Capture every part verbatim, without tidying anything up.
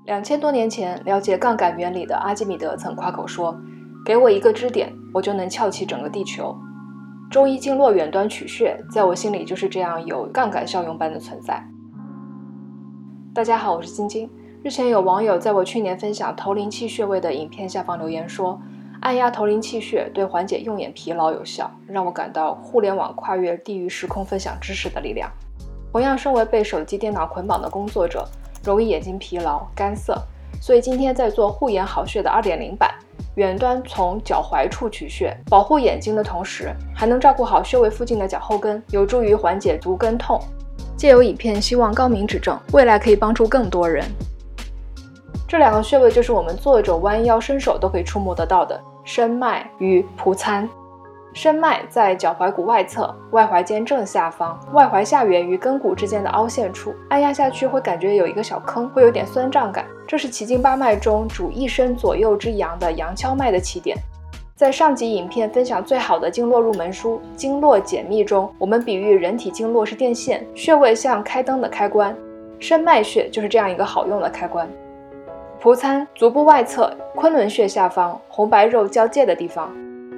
两千多年前，了解杠杆原理的阿基米德曾夸口说：“给我一个支点，我就能撬起整个地球。”中医经络远端取穴，在我心里就是这样有杠杆效用般的存在。大家好，我是晶晶。日前有网友在我去年分享头灵气穴位的影片下方留言说，按压头灵气穴对缓解用眼疲劳有效，让我感到互联网跨越地域时空分享知识的力量。同样身为被手机电脑捆绑的工作者，容易眼睛疲劳干涩，所以今天在做护眼好穴的 二点零 版，远端从脚踝处取穴，保护眼睛的同时还能照顾好穴位附近的脚后跟，有助于缓解足跟痛。借由影片希望高明指正，未来可以帮助更多人。这两个穴位就是我们坐着弯腰伸手都可以触摸得到的申脉与蒲参。申脉在脚踝骨外侧，外踝尖正下方，外踝下缘与跟骨之间的凹陷处，按压下去会感觉有一个小坑，会有点酸胀感，这是奇经八脉中主一身左右之阳的阳跷脉的起点。在上集影片分享最好的经络入门书《经络解密》中，我们比喻人体经络是电线，穴位像开灯的开关，申脉穴就是这样一个好用的开关。蒲参足部外侧，昆仑穴下方，红白肉交界的地方，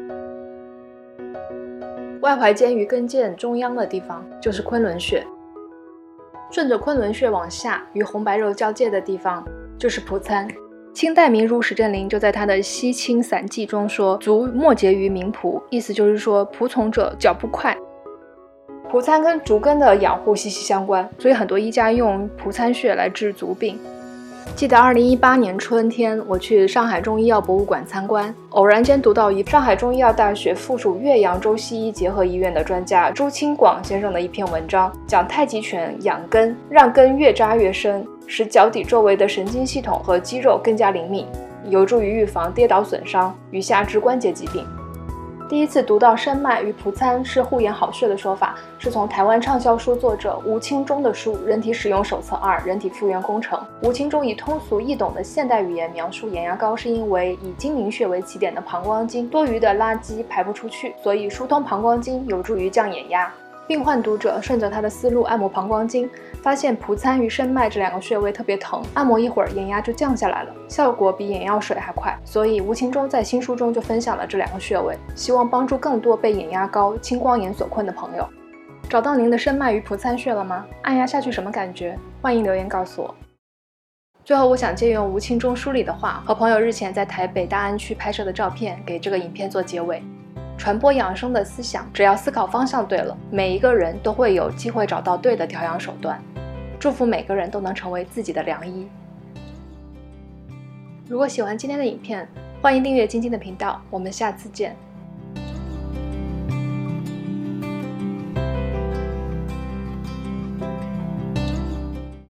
外踝尖与跟腱中央的地方就是昆仑穴，顺着昆仑穴往下，与红白肉交界的地方就是蒲参。清代名儒史振林就在他的《西清散记》中说，足末节于鸣蒲，意思就是说仆从者脚步快。蒲参跟足跟的养护息息相关，所以很多医家用蒲参穴来治足病。记得二零一八年春天，我去上海中医药博物馆参观，偶然间读到一上海中医药大学附属岳阳州西医结合医院的专家朱清广先生的一篇文章，讲太极拳养根，让根越扎越深，使脚底周围的神经系统和肌肉更加灵敏，有助于预防跌倒损伤与下肢关节疾病。第一次读到申脉与蒲参是护眼好穴的说法，是从台湾畅销书作者吴清忠的书《人体使用手册二：人体复原工程》。吴清忠以通俗易懂的现代语言描述眼压高是因为以睛明穴为起点的膀胱经多余的垃圾排不出去，所以疏通膀胱经有助于降眼压。病患读者顺着他的思路按摩膀胱经，发现蒲参与申脉这两个穴位特别疼，按摩一会儿眼压就降下来了，效果比眼药水还快。所以吴清忠在新书中就分享了这两个穴位，希望帮助更多被眼压高、青光眼所困的朋友。找到您的申脉与蒲参穴了吗？按压下去什么感觉？欢迎留言告诉我。最后，我想借用吴清忠书里的话，和朋友日前在台北大安区拍摄的照片，给这个影片做结尾。传播养生的思想，只要思考方向对了，每一个人都会有机会找到对的调养手段。祝福每个人都能成为自己的良医。如果喜欢今天的影片，欢迎订阅晶晶的频道，我们下次见。